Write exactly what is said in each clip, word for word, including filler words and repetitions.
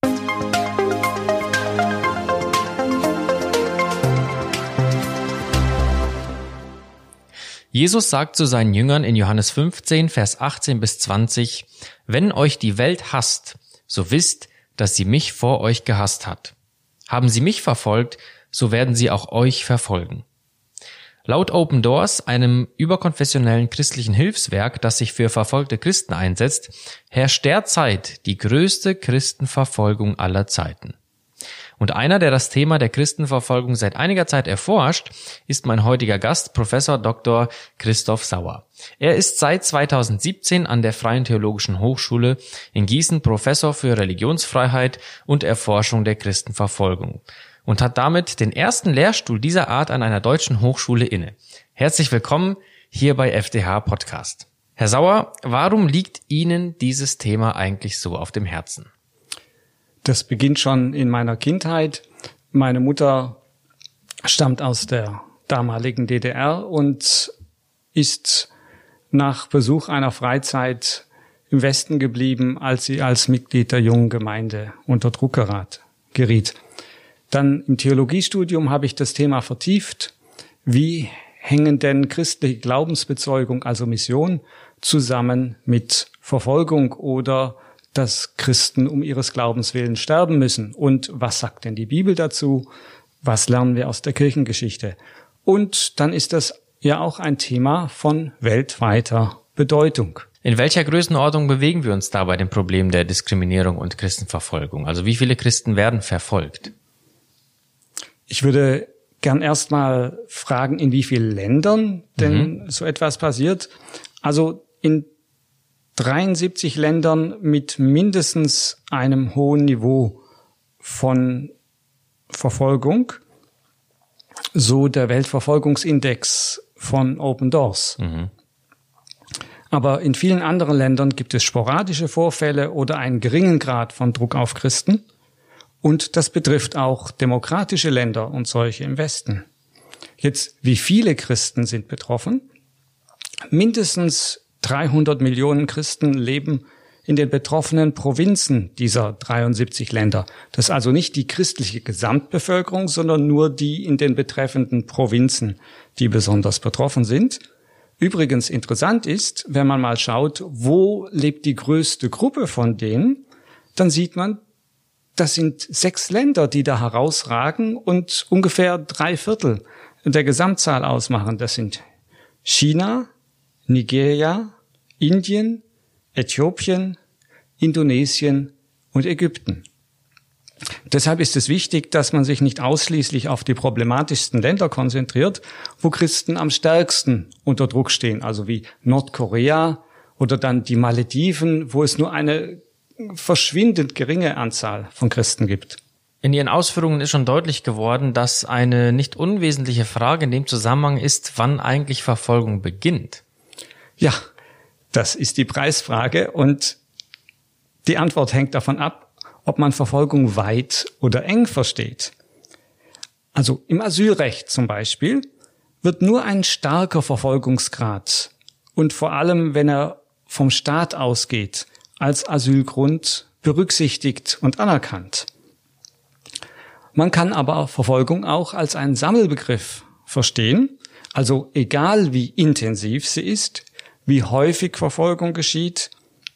Jesus sagt zu seinen Jüngern in Johannes fünfzehn, Vers achtzehn bis zwanzig, wenn euch die Welt hasst, so wisst, dass sie mich vor euch gehasst hat. Haben sie mich verfolgt, so werden sie auch euch verfolgen. Laut Open Doors, einem überkonfessionellen christlichen Hilfswerk, das sich für verfolgte Christen einsetzt, herrscht derzeit die größte Christenverfolgung aller Zeiten. Und einer, der das Thema der Christenverfolgung seit einiger Zeit erforscht, ist mein heutiger Gast, Professor Doktor Christoph Sauer. Er ist seit zweitausendsiebzehn an der Freien Theologischen Hochschule in Gießen Professor für Religionsfreiheit und Erforschung der Christenverfolgung und hat damit den ersten Lehrstuhl dieser Art an einer deutschen Hochschule inne. Herzlich willkommen hier bei F D H Podcast. Herr Sauer, warum liegt Ihnen dieses Thema eigentlich so auf dem Herzen? Das beginnt schon in meiner Kindheit. Meine Mutter stammt aus der damaligen D D R und ist nach Besuch einer Freizeit im Westen geblieben, als sie als Mitglied der Jungen Gemeinde unter Druck gerat, geriet. Dann im Theologiestudium habe ich das Thema vertieft. Wie hängen denn christliche Glaubensbezeugung, also Mission, zusammen mit Verfolgung oder dass Christen um ihres Glaubens willen sterben müssen? Und was sagt denn die Bibel dazu? Was lernen wir aus der Kirchengeschichte? Und dann ist das ja auch ein Thema von weltweiter Bedeutung. In welcher Größenordnung bewegen wir uns da bei dem Problem der Diskriminierung und Christenverfolgung? Also wie viele Christen werden verfolgt? Ich würde gern erstmal fragen, in wie vielen Ländern denn mhm. so etwas passiert. Also in dreiundsiebzig Ländern mit mindestens einem hohen Niveau von Verfolgung, so der Weltverfolgungsindex von Open Doors. Mhm. Aber in vielen anderen Ländern gibt es sporadische Vorfälle oder einen geringen Grad von Druck auf Christen. Und das betrifft auch demokratische Länder und solche im Westen. Jetzt, wie viele Christen sind betroffen? Mindestens dreihundert Millionen Christen leben in den betroffenen Provinzen dieser dreiundsiebzig Länder. Das ist also nicht die christliche Gesamtbevölkerung, sondern nur die in den betreffenden Provinzen, die besonders betroffen sind. Übrigens interessant ist, wenn man mal schaut, wo lebt die größte Gruppe von denen, dann sieht man, das sind sechs Länder, die da herausragen und ungefähr drei Viertel der Gesamtzahl ausmachen. Das sind China, Nigeria, Indien, Äthiopien, Indonesien und Ägypten. Deshalb ist es wichtig, dass man sich nicht ausschließlich auf die problematischsten Länder konzentriert, wo Christen am stärksten unter Druck stehen, also wie Nordkorea oder dann die Malediven, wo es nur eine verschwindend geringe Anzahl von Christen gibt. In Ihren Ausführungen ist schon deutlich geworden, dass eine nicht unwesentliche Frage in dem Zusammenhang ist, wann eigentlich Verfolgung beginnt. Ja, das ist die Preisfrage und die Antwort hängt davon ab, ob man Verfolgung weit oder eng versteht. Also im Asylrecht zum Beispiel wird nur ein starker Verfolgungsgrad und vor allem, wenn er vom Staat ausgeht, als Asylgrund berücksichtigt und anerkannt. Man kann aber Verfolgung auch als einen Sammelbegriff verstehen, also egal wie intensiv sie ist, wie häufig Verfolgung geschieht,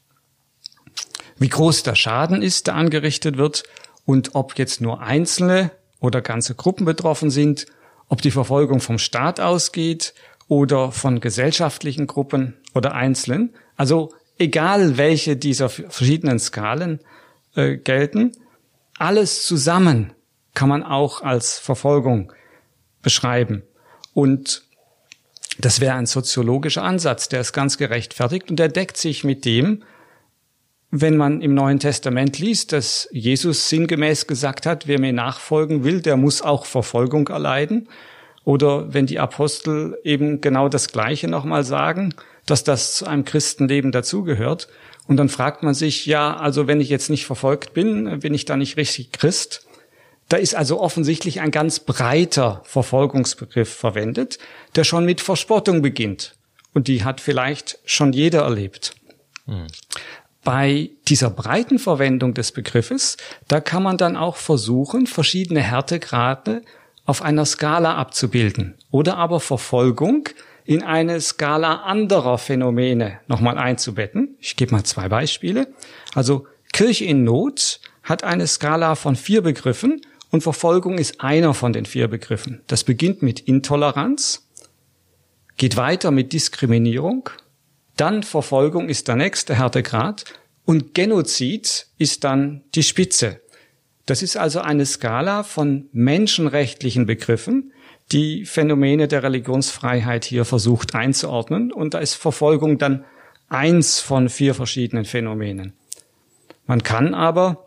wie groß der Schaden ist, der angerichtet wird und ob jetzt nur Einzelne oder ganze Gruppen betroffen sind, ob die Verfolgung vom Staat ausgeht oder von gesellschaftlichen Gruppen oder Einzelnen. Also egal welche dieser verschiedenen Skalen äh, gelten, alles zusammen kann man auch als Verfolgung beschreiben. Und das wäre ein soziologischer Ansatz, der ist ganz gerechtfertigt und der deckt sich mit dem, wenn man im Neuen Testament liest, dass Jesus sinngemäß gesagt hat, wer mir nachfolgen will, der muss auch Verfolgung erleiden. Oder wenn die Apostel eben genau das Gleiche nochmal sagen, dass das zu einem Christenleben dazugehört. Und dann fragt man sich, ja, also wenn ich jetzt nicht verfolgt bin, bin ich da nicht richtig Christ? Da ist also offensichtlich ein ganz breiter Verfolgungsbegriff verwendet, der schon mit Verspottung beginnt. Und die hat vielleicht schon jeder erlebt. Hm. bei dieser breiten Verwendung des Begriffes, da kann man dann auch versuchen, verschiedene Härtegrade auf einer Skala abzubilden oder aber Verfolgung in eine Skala anderer Phänomene nochmal einzubetten. Ich gebe mal zwei Beispiele. Also Kirche in Not hat eine Skala von vier Begriffen und Verfolgung ist einer von den vier Begriffen. Das beginnt mit Intoleranz, geht weiter mit Diskriminierung, dann Verfolgung ist der nächste Härtegrad und Genozid ist dann die Spitze. Das ist also eine Skala von menschenrechtlichen Begriffen, die Phänomene der Religionsfreiheit hier versucht einzuordnen. Und da ist Verfolgung dann eins von vier verschiedenen Phänomenen. Man kann aber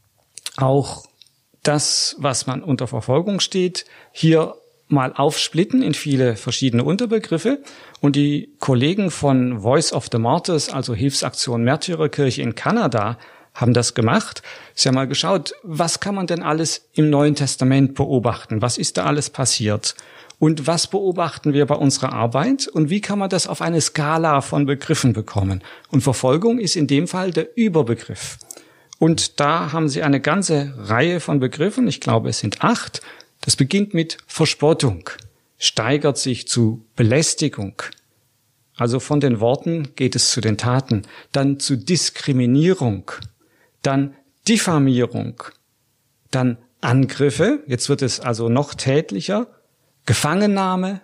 auch das, was man unter Verfolgung steht, hier mal aufsplitten in viele verschiedene Unterbegriffe. Und die Kollegen von Voice of the Martyrs, also Hilfsaktion Märtyrerkirche in Kanada, haben das gemacht. Sie haben mal geschaut, was kann man denn alles im Neuen Testament beobachten? Was ist da alles passiert? Und was beobachten wir bei unserer Arbeit? Und wie kann man das auf eine Skala von Begriffen bekommen? Und Verfolgung ist in dem Fall der Überbegriff. Und da haben sie eine ganze Reihe von Begriffen. Ich glaube, es sind acht. Das beginnt mit Verspottung, steigert sich zu Belästigung. Also von den Worten geht es zu den Taten. Dann zu Diskriminierung. Dann Diffamierung, dann Angriffe, jetzt wird es also noch tätlicher, Gefangennahme,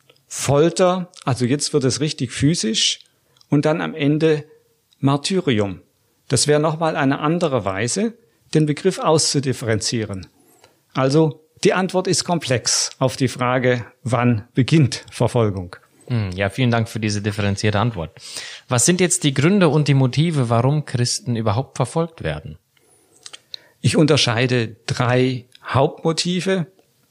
Folter, also jetzt wird es richtig physisch und dann am Ende Martyrium. Das wäre nochmal eine andere Weise, den Begriff auszudifferenzieren. Also die Antwort ist komplex auf die Frage, wann beginnt Verfolgung? Ja, vielen Dank für diese differenzierte Antwort. Was sind jetzt die Gründe und die Motive, warum Christen überhaupt verfolgt werden? Ich unterscheide drei Hauptmotive,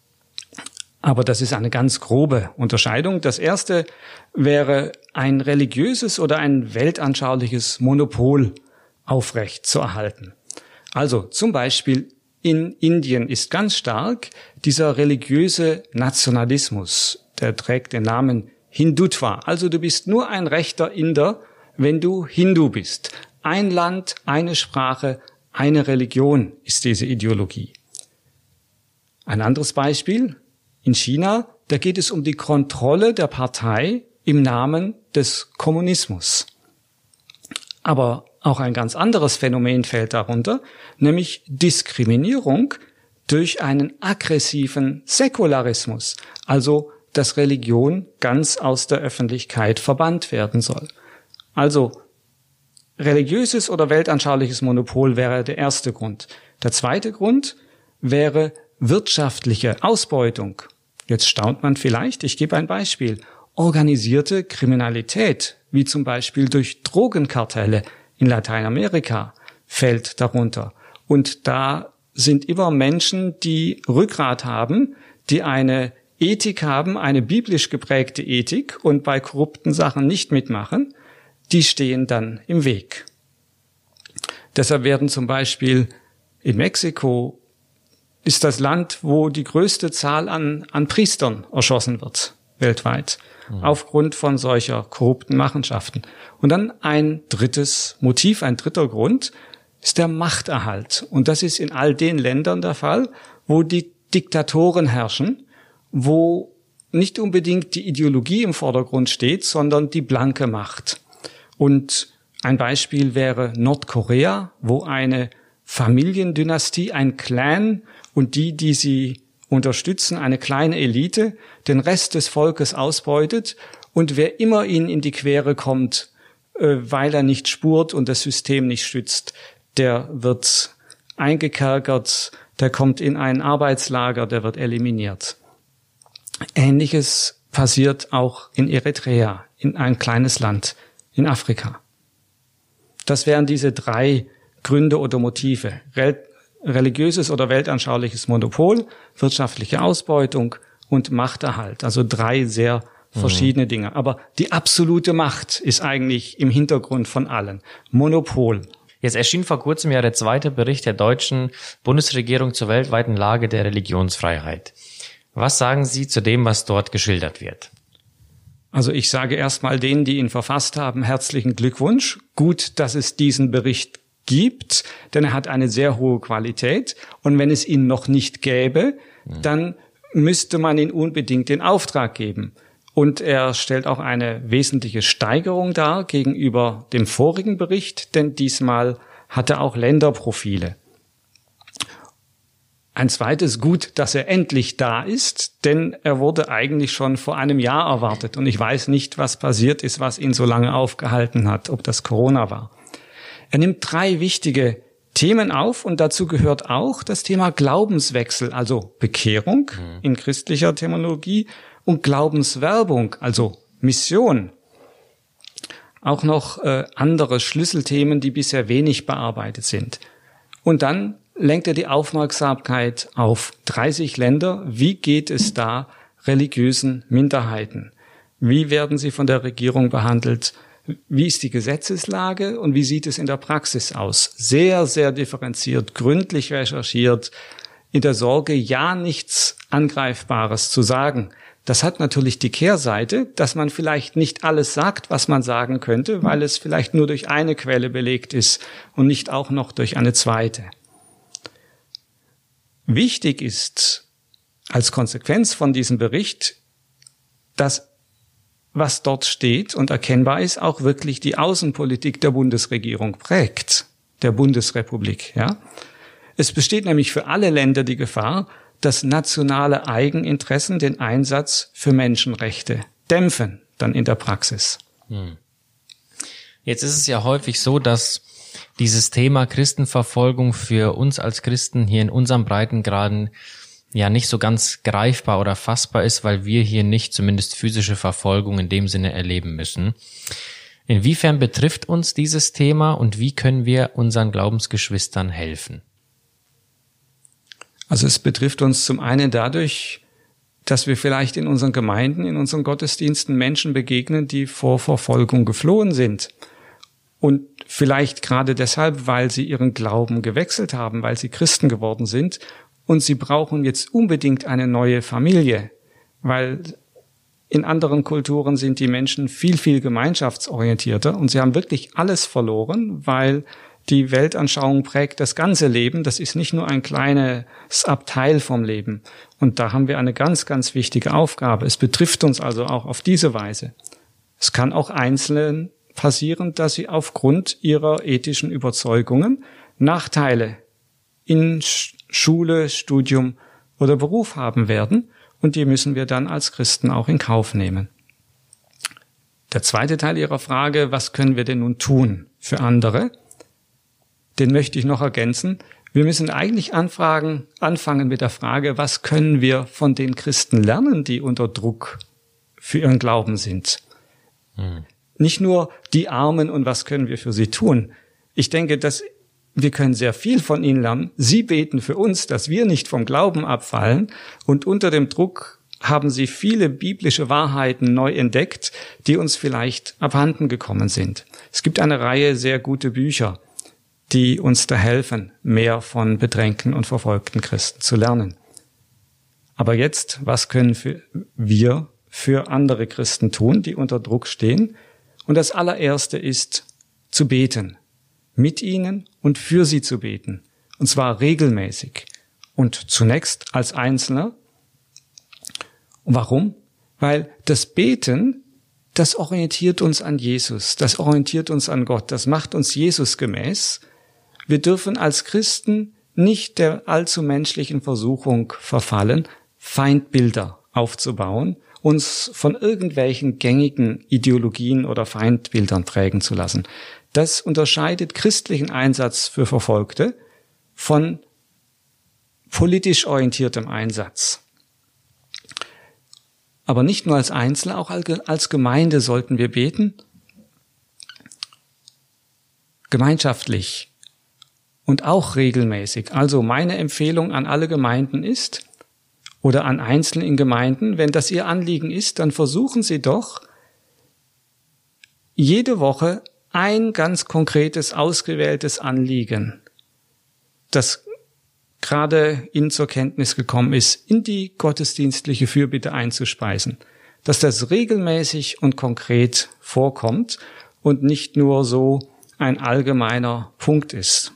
aber das ist eine ganz grobe Unterscheidung. Das erste wäre, ein religiöses oder ein weltanschauliches Monopol aufrecht zu erhalten. Also zum Beispiel in Indien ist ganz stark dieser religiöse Nationalismus, der trägt den Namen Hindutva. Also du bist nur ein rechter Inder, wenn du Hindu bist. Ein Land, eine Sprache, eine Religion ist diese Ideologie. Ein anderes Beispiel, in China, da geht es um die Kontrolle der Partei im Namen des Kommunismus. Aber auch ein ganz anderes Phänomen fällt darunter, nämlich Diskriminierung durch einen aggressiven Säkularismus, also dass Religion ganz aus der Öffentlichkeit verbannt werden soll. Also religiöses oder weltanschauliches Monopol wäre der erste Grund. Der zweite Grund wäre wirtschaftliche Ausbeutung. Jetzt staunt man vielleicht, ich gebe ein Beispiel. Organisierte Kriminalität, wie zum Beispiel durch Drogenkartelle in Lateinamerika, fällt darunter. Und da sind immer Menschen, die Rückgrat haben, die eine Ethik haben, eine biblisch geprägte Ethik und bei korrupten Sachen nicht mitmachen, die stehen dann im Weg. Deshalb werden zum Beispiel in Mexiko ist das Land, wo die größte Zahl an, an Priestern erschossen wird, weltweit, mhm. aufgrund von solcher korrupten Machenschaften. Und dann ein drittes Motiv, ein dritter Grund ist der Machterhalt. Und das ist in all den Ländern der Fall, wo die Diktatoren herrschen, wo nicht unbedingt die Ideologie im Vordergrund steht, sondern die blanke Macht. Und ein Beispiel wäre Nordkorea, wo eine Familiendynastie, ein Clan und die, die sie unterstützen, eine kleine Elite, den Rest des Volkes ausbeutet und wer immer ihnen in die Quere kommt, weil er nicht spurt und das System nicht stützt, der wird eingekerkert, der kommt in ein Arbeitslager, der wird eliminiert. Ähnliches passiert auch in Eritrea, in ein kleines Land in Afrika. Das wären diese drei Gründe oder Motive. Religiöses oder weltanschauliches Monopol, wirtschaftliche Ausbeutung und Machterhalt. Also drei sehr verschiedene mhm. Dinge. Aber die absolute Macht ist eigentlich im Hintergrund von allen. Monopol. Jetzt erschien vor kurzem ja der zweite Bericht der deutschen Bundesregierung zur weltweiten Lage der Religionsfreiheit. Was sagen Sie zu dem, was dort geschildert wird? Also ich sage erstmal denen, die ihn verfasst haben, herzlichen Glückwunsch. Gut, dass es diesen Bericht gibt, denn er hat eine sehr hohe Qualität. Und wenn es ihn noch nicht gäbe, dann müsste man ihn unbedingt in Auftrag geben. Und er stellt auch eine wesentliche Steigerung dar gegenüber dem vorigen Bericht, denn diesmal hat er auch Länderprofile. Ein zweites Gut, dass er endlich da ist, denn er wurde eigentlich schon vor einem Jahr erwartet. Und ich weiß nicht, was passiert ist, was ihn so lange aufgehalten hat, ob das Corona war. Er nimmt drei wichtige Themen auf und dazu gehört auch das Thema Glaubenswechsel, also Bekehrung in christlicher Terminologie und Glaubenswerbung, also Mission. Auch noch äh, andere Schlüsselthemen, die bisher wenig bearbeitet sind. Und dann lenkt er die Aufmerksamkeit auf dreißig Länder. Wie geht es da religiösen Minderheiten? Wie werden sie von der Regierung behandelt? Wie ist die Gesetzeslage und wie sieht es in der Praxis aus? Sehr, sehr differenziert, gründlich recherchiert, in der Sorge, ja nichts Angreifbares zu sagen. Das hat natürlich die Kehrseite, dass man vielleicht nicht alles sagt, was man sagen könnte, weil es vielleicht nur durch eine Quelle belegt ist und nicht auch noch durch eine zweite. Wichtig ist als Konsequenz von diesem Bericht, dass was dort steht und erkennbar ist, auch wirklich die Außenpolitik der Bundesregierung prägt, der Bundesrepublik. Ja, es besteht nämlich für alle Länder die Gefahr, dass nationale Eigeninteressen den Einsatz für Menschenrechte dämpfen, dann in der Praxis. Hm. Jetzt ist es ja häufig so, dass dieses Thema Christenverfolgung für uns als Christen hier in unserem Breitengraden ja nicht so ganz greifbar oder fassbar ist, weil wir hier nicht zumindest physische Verfolgung in dem Sinne erleben müssen. Inwiefern betrifft uns dieses Thema und wie können wir unseren Glaubensgeschwistern helfen? Also es betrifft uns zum einen dadurch, dass wir vielleicht in unseren Gemeinden, in unseren Gottesdiensten Menschen begegnen, die vor Verfolgung geflohen sind. Und vielleicht gerade deshalb, weil sie ihren Glauben gewechselt haben, weil sie Christen geworden sind. Und sie brauchen jetzt unbedingt eine neue Familie, weil in anderen Kulturen sind die Menschen viel, viel gemeinschaftsorientierter. Und sie haben wirklich alles verloren, weil die Weltanschauung prägt das ganze Leben. Das ist nicht nur ein kleines Abteil vom Leben. Und da haben wir eine ganz, ganz wichtige Aufgabe. Es betrifft uns also auch auf diese Weise. Es kann auch Einzelnen passieren, dass sie aufgrund ihrer ethischen Überzeugungen Nachteile in Schule, Studium oder Beruf haben werden. Und die müssen wir dann als Christen auch in Kauf nehmen. Der zweite Teil Ihrer Frage, was können wir denn nun tun für andere? Den möchte ich noch ergänzen. Wir müssen eigentlich anfragen, anfangen mit der Frage, was können wir von den Christen lernen, die unter Druck für ihren Glauben sind? Hm. Nicht nur die Armen und was können wir für sie tun. Ich denke, dass wir können sehr viel von ihnen lernen. Sie beten für uns, dass wir nicht vom Glauben abfallen. Und unter dem Druck haben sie viele biblische Wahrheiten neu entdeckt, die uns vielleicht abhanden gekommen sind. Es gibt eine Reihe sehr gute Bücher, die uns da helfen, mehr von bedrängten und verfolgten Christen zu lernen. Aber jetzt, was können wir für andere Christen tun, die unter Druck stehen? Und das allererste ist, zu beten. Mit ihnen und für sie zu beten. Und zwar regelmäßig. Und zunächst als Einzelner. Warum? Weil das Beten, das orientiert uns an Jesus. Das orientiert uns an Gott. Das macht uns Jesus gemäß. Wir dürfen als Christen nicht der allzu menschlichen Versuchung verfallen, Feindbilder aufzubauen, uns von irgendwelchen gängigen Ideologien oder Feindbildern prägen zu lassen. Das unterscheidet christlichen Einsatz für Verfolgte von politisch orientiertem Einsatz. Aber nicht nur als Einzelne, auch als Gemeinde sollten wir beten, gemeinschaftlich und auch regelmäßig. Also meine Empfehlung an alle Gemeinden ist, oder an Einzelne in Gemeinden, wenn das Ihr Anliegen ist, dann versuchen Sie doch, jede Woche ein ganz konkretes, ausgewähltes Anliegen, das gerade Ihnen zur Kenntnis gekommen ist, in die gottesdienstliche Fürbitte einzuspeisen. dass das regelmäßig und konkret vorkommt und nicht nur so ein allgemeiner Punkt ist.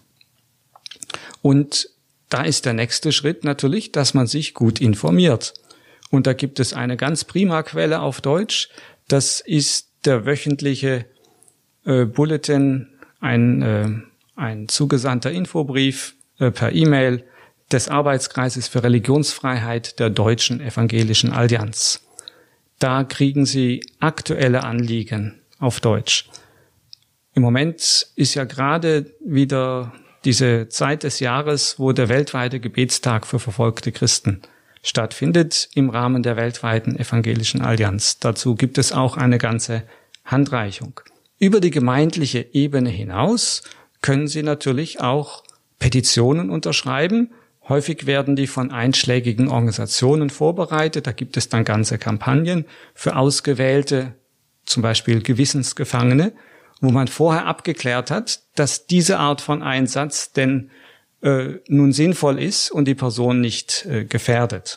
Und da ist der nächste Schritt natürlich, dass man sich gut informiert. Und da gibt es eine ganz prima Quelle auf Deutsch. Das ist der wöchentliche äh, Bulletin, ein, äh, ein zugesandter Infobrief äh, per E-Mail des Arbeitskreises für Religionsfreiheit der Deutschen Evangelischen Allianz. Da kriegen Sie aktuelle Anliegen auf Deutsch. Im Moment ist ja gerade wieder diese Zeit des Jahres, wo der weltweite Gebetstag für verfolgte Christen stattfindet im Rahmen der weltweiten Evangelischen Allianz. Dazu gibt es auch eine ganze Handreichung. Über die gemeindliche Ebene hinaus können Sie natürlich auch Petitionen unterschreiben. Häufig werden die von einschlägigen Organisationen vorbereitet. Da gibt es dann ganze Kampagnen für ausgewählte, zum Beispiel Gewissensgefangene, wo man vorher abgeklärt hat, dass diese Art von Einsatz denn äh, nun sinnvoll ist und die Person nicht äh, gefährdet.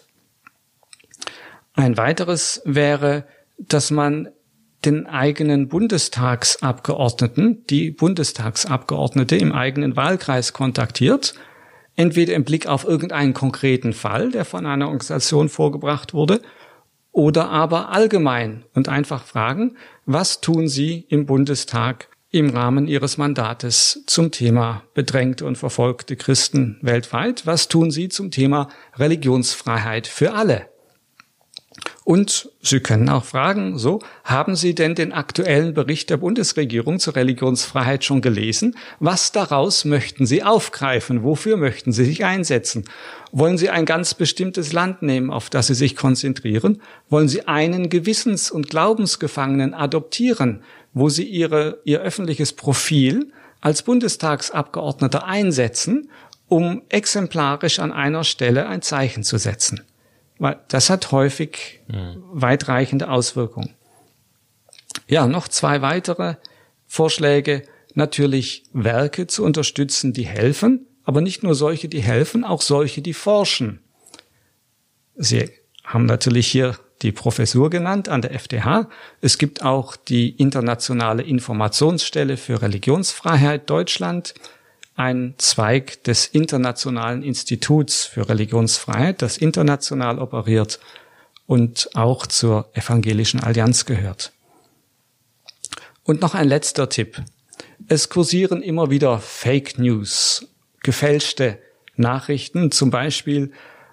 Ein weiteres wäre, dass man den eigenen Bundestagsabgeordneten, die Bundestagsabgeordnete im eigenen Wahlkreis kontaktiert, entweder im Blick auf irgendeinen konkreten Fall, der von einer Organisation vorgebracht wurde, oder aber allgemein und einfach fragen, was tun Sie im Bundestag im Rahmen Ihres Mandates zum Thema bedrängte und verfolgte Christen weltweit? Was tun Sie zum Thema Religionsfreiheit für alle? Und Sie können auch fragen, so, haben Sie denn den aktuellen Bericht der Bundesregierung zur Religionsfreiheit schon gelesen? Was daraus möchten Sie aufgreifen? Wofür möchten Sie sich einsetzen? Wollen Sie ein ganz bestimmtes Land nehmen, auf das Sie sich konzentrieren? Wollen Sie einen Gewissens- und Glaubensgefangenen adoptieren, wo Sie Ihre, Ihr öffentliches Profil als Bundestagsabgeordneter einsetzen, um exemplarisch an einer Stelle ein Zeichen zu setzen? Weil das hat häufig mhm. weitreichende Auswirkungen. Ja, noch zwei weitere Vorschläge. Natürlich Werke zu unterstützen, die helfen, aber nicht nur solche, die helfen, auch solche, die forschen. Sie haben natürlich hier die Professur genannt an der F D H. Es gibt auch die Internationale Informationsstelle für Religionsfreiheit Deutschland, ein Zweig des Internationalen Instituts für Religionsfreiheit, das international operiert und auch zur Evangelischen Allianz gehört. Und noch ein letzter Tipp. Es kursieren immer wieder Fake News, gefälschte Nachrichten, zum Beispiel: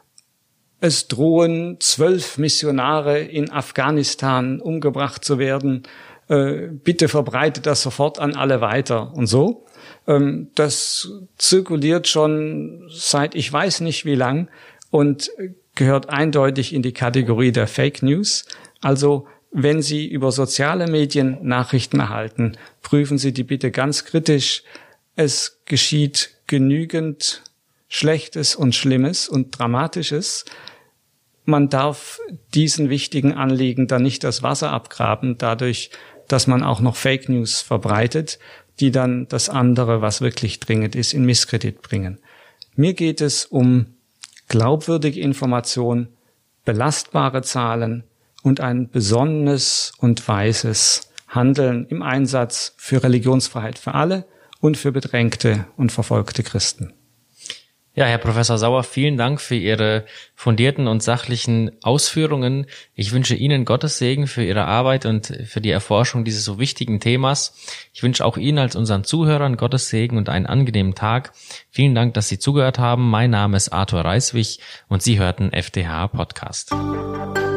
Es drohen zwölf Missionare in Afghanistan umgebracht zu werden. Äh, bitte verbreitet das sofort an alle weiter und so. Ähm, das zirkuliert schon seit ich weiß nicht wie lang und gehört eindeutig in die Kategorie der Fake News. Also wenn Sie über soziale Medien Nachrichten erhalten, prüfen Sie die bitte ganz kritisch. Es geschieht genügend Schlechtes und Schlimmes und Dramatisches. Man darf diesen wichtigen Anliegen dann nicht das Wasser abgraben, dadurch, dass man auch noch Fake News verbreitet, die dann das andere, was wirklich dringend ist, in Misskredit bringen. Mir geht es um glaubwürdige Information, belastbare Zahlen und ein besonnenes und weises Handeln im Einsatz für Religionsfreiheit für alle und für bedrängte und verfolgte Christen. Ja, Herr Professor Sauer, vielen Dank für Ihre fundierten und sachlichen Ausführungen. Ich wünsche Ihnen Gottes Segen für Ihre Arbeit und für die Erforschung dieses so wichtigen Themas. Ich wünsche auch Ihnen als unseren Zuhörern Gottes Segen und einen angenehmen Tag. Vielen Dank, dass Sie zugehört haben. Mein Name ist Arthur Reiswig und Sie hörten F D H Podcast.